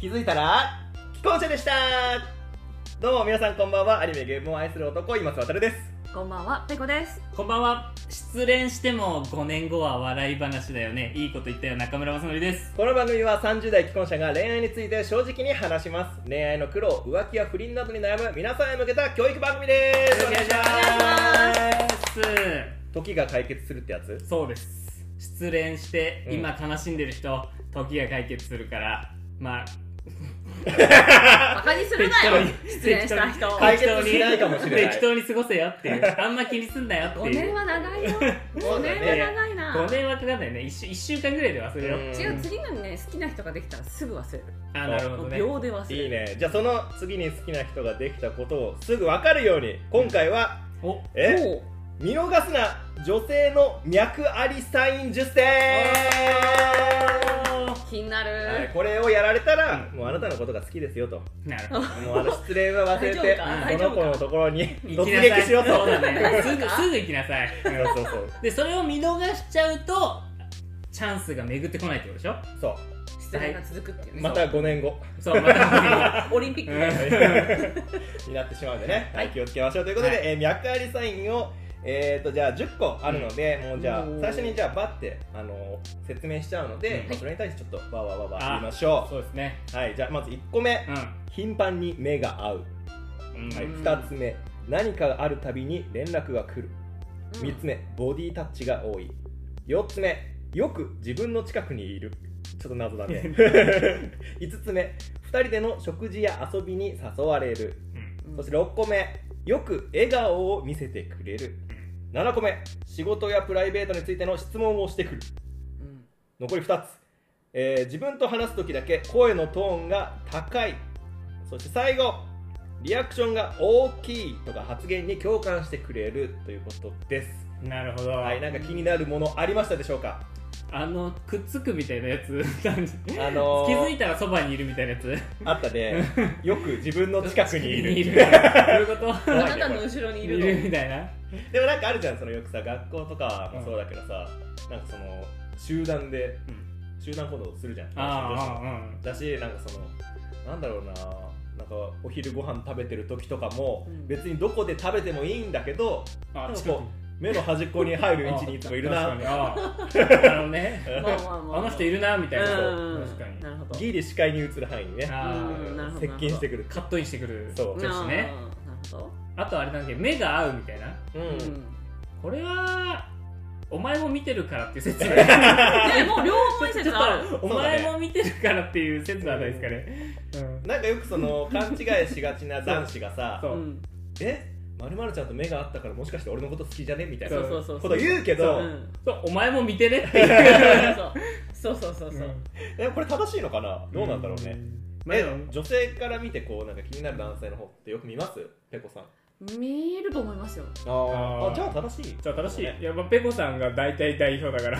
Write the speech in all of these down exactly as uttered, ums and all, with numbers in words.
気づいたら既婚者でした。どうも皆さんこんばんは。アニメゲームを愛する男、今津渡です。 こんばんは、ペコです。 こんばんは。失恋してもごねんごは笑い話だよね。いいこと言ったよ、中村正則です。 この番組はさんじゅう代既婚者が恋愛について正直に話します。恋愛の苦労、浮気や不倫などに悩む皆さんへ向けた教育番組です。お願いします。時が解決するってやつ？ そうです。失恋して、 うん、 今悲しんでる人、時が解決するから、まあバカにするなよ。失恋した人解決しないかもしれない。 適当に過ごせよっていうあんま気にすんなよっていう。 ごねんは長いよ。ごねんは長いな。 ごねんはかかんないね。 1, いっしゅうかんぐらいで忘れよう。 違う、次のにね、好きな人ができたらすぐ忘れる。 あ、なるほどね。 秒で忘れる。 いいね。じゃあその次に好きな人ができたことをすぐ分かるように、今回は、 うん、おえ見逃すな女性の脈ありサインじゅっせん。 気になる、 はい、これをやられたら、うん、もうあなたのことが好きですよと。 なるほど。 もうあの失恋は忘れてその子のところに突撃しようと。 そうだね。すぐすぐ行きなさい。 そうそうそう。 でそれを見逃しちゃうとチャンスが巡ってこないってことでしょ。 そう。 失恋が続くっていうね。 またごねんご。 そうまたオリンピックになってしまうんでね。 はい、 気をつけましょうということで、はい、えー、脈ありサインをえーとじゃあじゅっこあるので、うん、もうじゃあ最初にじゃあバッてあの説明しちゃうので、うん、それに対してちょっとわわわわ言いましょう。 そうですね。 はい、じゃあまずいっこめ、うん、頻繁に目が合う、うん、はい、ふたつめ、何かがあるたびに連絡が来る、うん、みっつめ、ボディタッチが多い、よっつめ、よく自分の近くにいる、ちょっと謎だねいつつめ、ふたりでの食事や遊びに誘われる、うん、そしてろっこめ、よく笑顔を見せてくれる、ななこめ、仕事やプライベートについての質問をしてくる、うん、残りふたつ、えー、自分と話すときだけ声のトーンが高い、そして最後、リアクションが大きいとか発言に共感してくれるということです。 なるほど。 はい、なんか気になるものありましたでしょうか？ あのくっつくみたいなやつあのー、 気づいたらそばにいるみたいなやつあったね。よく自分の近くにいるいるどういうこと？ あなたの後ろにいるのいるみたいな。 でもなんかあるじゃん、そのよくさ、学校とかもそうだけどさ、うん、なんかその集団で、うん、集団行動するじゃん。 ああ、うん、だし、なんかそのなんだろうな、なんかお昼ご飯食べてる時とかも、うん、別にどこで食べてもいいんだけど、なんかこう目の端っこに入る位置にいつもいるな。 あのね、まあまあまあ、あの人いるなみたいな。確かに。 なるほど。ギリ視界に映る範囲にね、接近してくる、 カットインしてくる。 そう。 女子ね。なるほど。あとあれなんだっけ、目が合うみたいな。うん。これはお前も見てるからっていう説明。 いやもう両方説ある。 お前も見てるからっていう説はないですかね。 なんかよくその勘違いしがちな男子がさ、え？まるまるちゃんと目があったからもしかして俺のこと好きじゃねみたいなこと言うけど、 お前も見てねっていう。 そうそうそうそう。 え、これ正しいのかな？どうなんだろうね。え、女性から見てこうなんか気になる男性の方ってよく見ます？ペコさん。 見ると思いますよ。 ああ、じゃあ正しい。 じゃあ正しい。いや、まあペコさんが大体代表だから。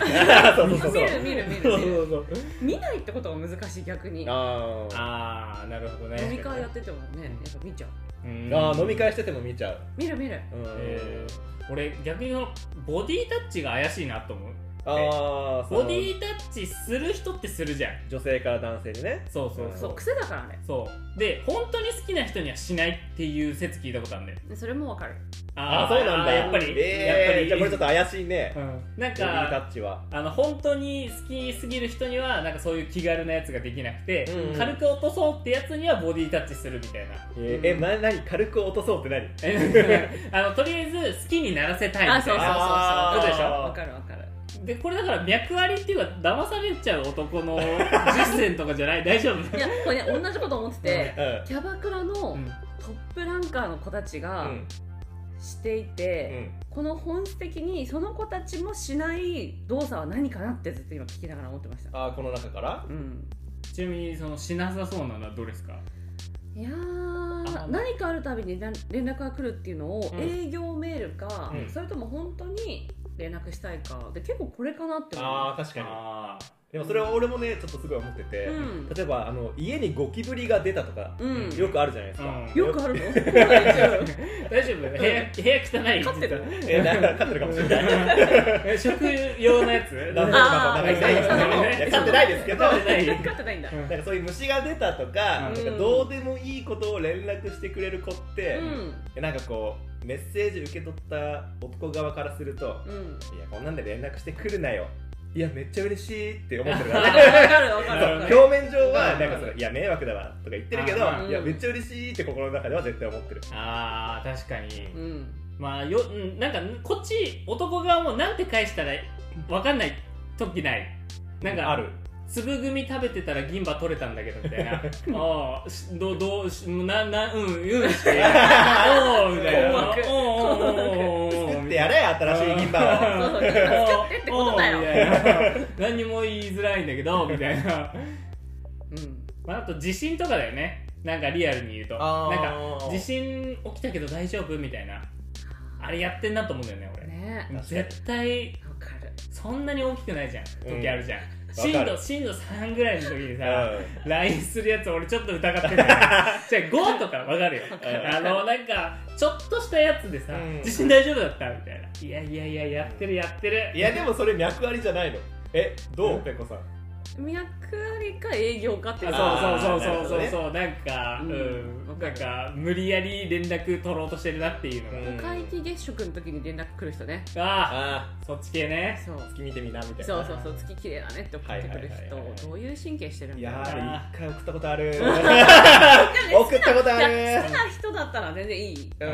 そうそうそう。見る見る見る。そうそうそう。見ないってことが難しい逆に。 あああ、なるほどね。 飲み会やっててもね、やっぱ見ちゃう。 ああ、飲み会してても見ちゃう。 見る見る。 俺逆にボディタッチが怪しいなと思う。 ああ、 ボディタッチする人ってするじゃん、 女性から男性にね。 そうそうそう、癖だからね。 そうで、本当に好きな人にはしないっていう説聞いたことあるんだよ。 それもわかる。 ああ、そうなんだ。 やっぱり、 やっぱり。じゃあこれちょっと怪しいね。 なんかボディタッチはあの本当に好きすぎる人にはなんかそういう気軽なやつができなくて、軽く落とそうってやつにはボディタッチするみたいな。 え、な何軽く落とそうって何？ あのとりあえず好きにならせたいみたいな。 あ、そうそうそうそう。 そうでしょ。 わかるわかる。 でこれだから脈ありっていうか騙されちゃう男の実践とかじゃない？大丈夫？ いやこれね、同じこと思ってて、うん、キャバクラのトップランカーの子たちがしていて、うん、この本質的にその子たちもしない動作は何かなってずっと今聞きながら思ってました。 あ、この中から？うん。 ちなみにそのしなさそうなのはどれですか？ いやー、何かあるたびに連絡が来るっていうのを営業メールか、うん、それとも本当に連絡したいかで結構これかなって思う。 ああ、確かに。 でもそれは俺もねちょっとすごい思ってて、うん、例えばあの家にゴキブリが出たとか、うん、よくあるじゃないですか、 うん、よくあるの大丈夫大丈夫部屋、部屋汚い飼ってるえー、飼ってるかもしれない食用のやつなんか飼ってないですけど飼ってないんだ。 なんかそういう虫が出たとか、うん、なんかどうでもいいことを連絡してくれる子って、うん、なんかこうメッセージ受け取った男側からすると、うん、いやこんなんで連絡してくるなよ、いやめっちゃ嬉しいって思ってるからねわかるわかる表面上はなんかそのいや迷惑だわとか言ってるけど、いやめっちゃ嬉しいって心の中では絶対思ってる。 あー確かに、うん、まあよなんかこっち男側もなんて返したら分かんない時ない、なんかある粒グミ食べてたら銀歯取れたんだけどみたいなああどうどうしななうんうんしておーみたいなおーおーおー作ってやれ新しい銀歯を作ってってことだよ何にも言いづらいんだけどみたいな、うんまあ、あと地震とかだよね、なんかリアルに言うとなんか地震起きたけど大丈夫みたいな、あれやってんなと思うんだよね俺ね。絶対そんなに大きくないじゃん時あるじゃん、うん震度、震度さんぐらいの時にさ、うん、ライン するやつ俺ちょっと疑ってんだよじゃあごとか分かるよあのなんかちょっとしたやつでさ、うん、地震大丈夫だったみたいな、いやいやいややってるやってる、 いやでもそれ脈ありじゃないの。えどう、うん、ペコさん脈ありか営業かっていう、 そうそうそうそうそうそう、なんか、うん、なんか無理やり連絡取ろうとしてるなっていうのが、 皆既月食の時に連絡来る人ね、 ああそっち系ね、 そう月見てみなみたいな、 そうそうそう月綺麗だねって送ってくる人、どういう神経してるんだろう。 いやー一回送ったことある送ったことある。 好きな人だったら全然いい、 うん、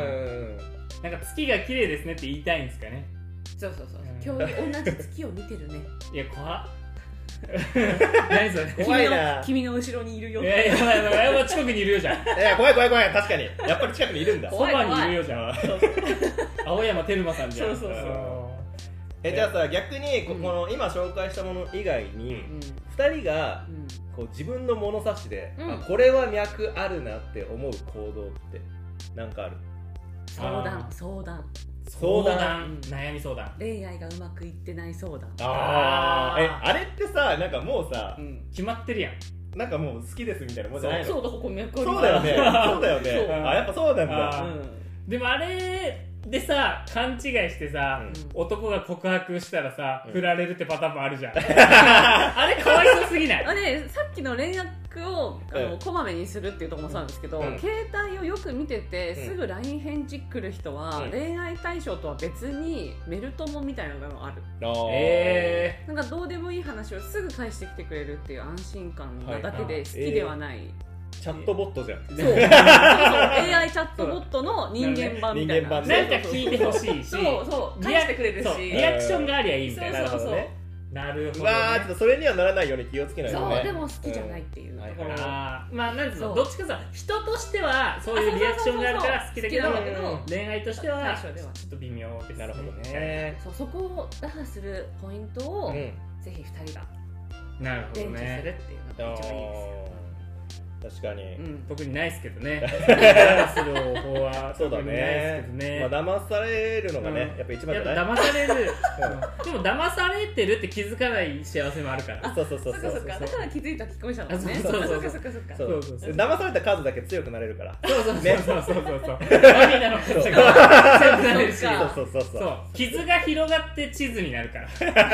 なんか月が綺麗ですねって言いたいんですかね。 そうそうそう、今日同じ月を見てるねいや怖っ何それ怖いな、 君の後ろにいるよ、 いやいややばいやばい近くにいるよじゃん、 いや怖い怖い怖い、確かにやっぱり近くにいるんだ、 そばにいるよじゃん青山テルマさんじゃん。 そうそうそう、 えじゃあさ逆にここの今紹介したもの以外にふたりがこう自分の物差しで、うん、あこれは脈あるなって思う行動って何かある？ 相談相談相談、うん、悩み相談、 恋愛がうまくいってない相談。 ああえあれってさなんかもうさ、うん、 決まってるやん、 なんかもう好きですみたいなもんじゃないの？ そうだここ脈ある、 そうだよねそうだよねあやっぱそうなんだ、 うん、でもあれでさ勘違いしてさ、うん、男が告白したらさ、うん、振られるってパターンもあるじゃんあれかわいそうすぎない？ あれさっきの連絡をあの、うん、こまめにするっていうところもそうなんですけど、うん、携帯をよく見てて、うん、すぐ ライン 返事来る人は、うん、恋愛対象とは別にメル友みたいなのがある。 えー、なんかどうでもいい話をすぐ返してきてくれるっていう安心感なだけで好きではない、はいチャットボットじゃん。 そうそうそう エーアイ チャットボットの人間版みたいな、 なんか聞いてほしいし、 そうそう返してくれるし、 リアクションがありゃいいみたいな。 そうそうそうなるほど、ね、 うわーちょっとそれにはならないように気をつけないとね。 そうでも好きじゃないっていうところ、うん、 あまあなんつうのどっちかさ人としてはそういうリアクションがあるから好きだけど恋愛としてはちょっと微妙です。 なるほどね。 そうそこを打破するポイントを、うん、ぜひふたりが伝授するっていうのが一番いいですよ。 確かに、 うん、特にないですけどね騙する方法はそうだね、ないですけどね、まあ、騙されるのがね、うん、やっぱ一番じゃない？ 騙される、うん、でも騙されてるって気づかない幸せもあるからそうそうそうそうそうそうだから気づいた聞こえちゃうんですね。そうそうそうそうそうそうそう騙された数だけ強くなれるからそうそうそうそうそうそうそう神なのか強くなれるしそうそうそうそう傷が広がって地図になるから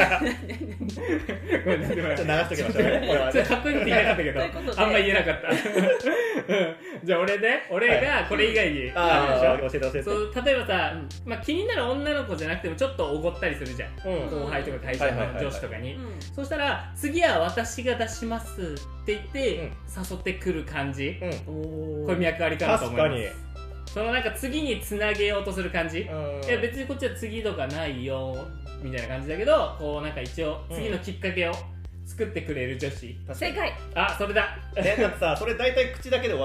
ごめんなさいちょっと流しときましょうねこれはねかっこよくて言いなかったけどあんま言えなかったじゃあ俺ね俺がこれ以外に、 はい、教えて教えて。 そう例えばさ、うんまあ、気になる女の子じゃなくてもちょっとおごったりするじゃん、うん、後輩とか会社の女子とかにそしたら次は私が出しますって言って、うん、誘ってくる感じ、うん、これ脈ありかなと思います。確かにそのなんか次につなげようとする感じ、うん、いや別にこっちは次とかないよみたいな感じだけどこうなんか一応次のきっかけを、うん作ってくれる女子。 正解。 あ、それだ。 ね、だってさ、それ大体口だけで終わるじゃん。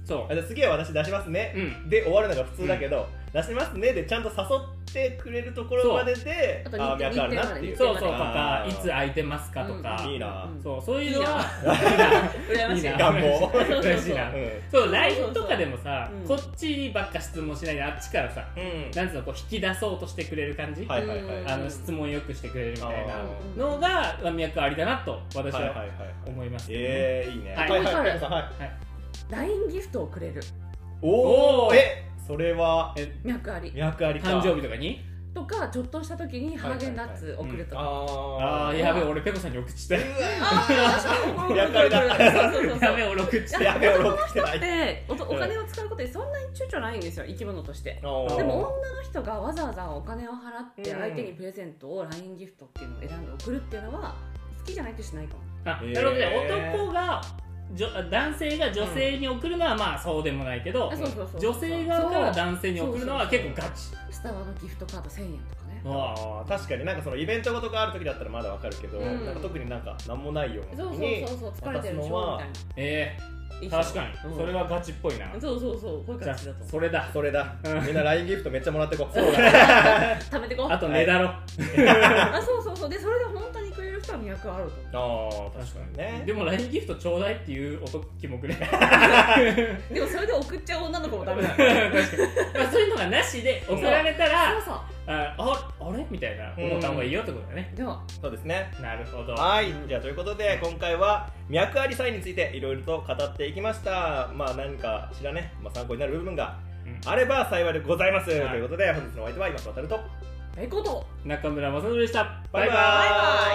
そうあ、次は私出しますね、うん、で終わるのが普通だけど、うん、出しますねでちゃんと誘ってくれるところまででああ脈あるなっていうそうそうとかいつ空いてますかとか、 うん、いいな、 うん、そうそういうのは羨ましい願望嬉しいなそう ライン とかでもさ、うん、こっちにばっか質問しないであっちからさ、うん、なんつうのこう引き出そうとしてくれる感じ、はいはいはい、あの質問よくしてくれるみたいなのが脈ありだなと私は思います、ね、 えーいいね。 はいはいはいはいはい。ライン ギフトをくれる。 おお、え、それはえ脈あり。 脈ありか。 誕生日とかに？ とかちょっとした時にハーゲンダッツ送るとか。 ああやべえ俺ペコさんに送っちゃった。 脈ありだ。 やべえ俺送っちゃった。 やべえ俺送ってない。 でお金を使うことにそんなに躊躇ないんですよ生き物として。でも女の人がわざわざお金を払って相手にプレゼントを ライン ギフトっていうのを選んで送るっていうのは好きじゃないとしないかも。 あ、なるほどね。男が男性が女性に送るのはまあそうでもないけど、女性側から男性に送るのは結構ガチ。 スタバのギフトカードせんえんとかね。 ああ確かになんかそのイベントごとがある時だったらまだわかるけど、うん、なんか特になんか何もないような時に疲れてるでしょみたいな。 えー、確かに、うん、それはガチっぽいな。 そうそうそうこういう感じだと。 それだそれだ。みんな ライン ギフトめっちゃもらってこう。 そうだ。貯めてこう。 あとねだろ。 あそうそうそうでそれで本当にくれる人は脈あると。 ああ確かにね。 でも ライン ギフトちょうだいっていう男気もくれ。 でもそれで送っちゃう女の子もダメだ。確かに。 まあそういうのがなしで送られたら。 そうそう。 あああれみたいな思った方がいいよってことだね。 ではそうですね。 なるほど。 はいじゃあということで今回は脈ありサインについていろいろと語っていきました。まあ何かしらね、まあ、参考になる部分があれば幸いでございます、うん、ということで本日のお相手は今渡るとペコと中村正則でした。 バイバイ。バイバイ。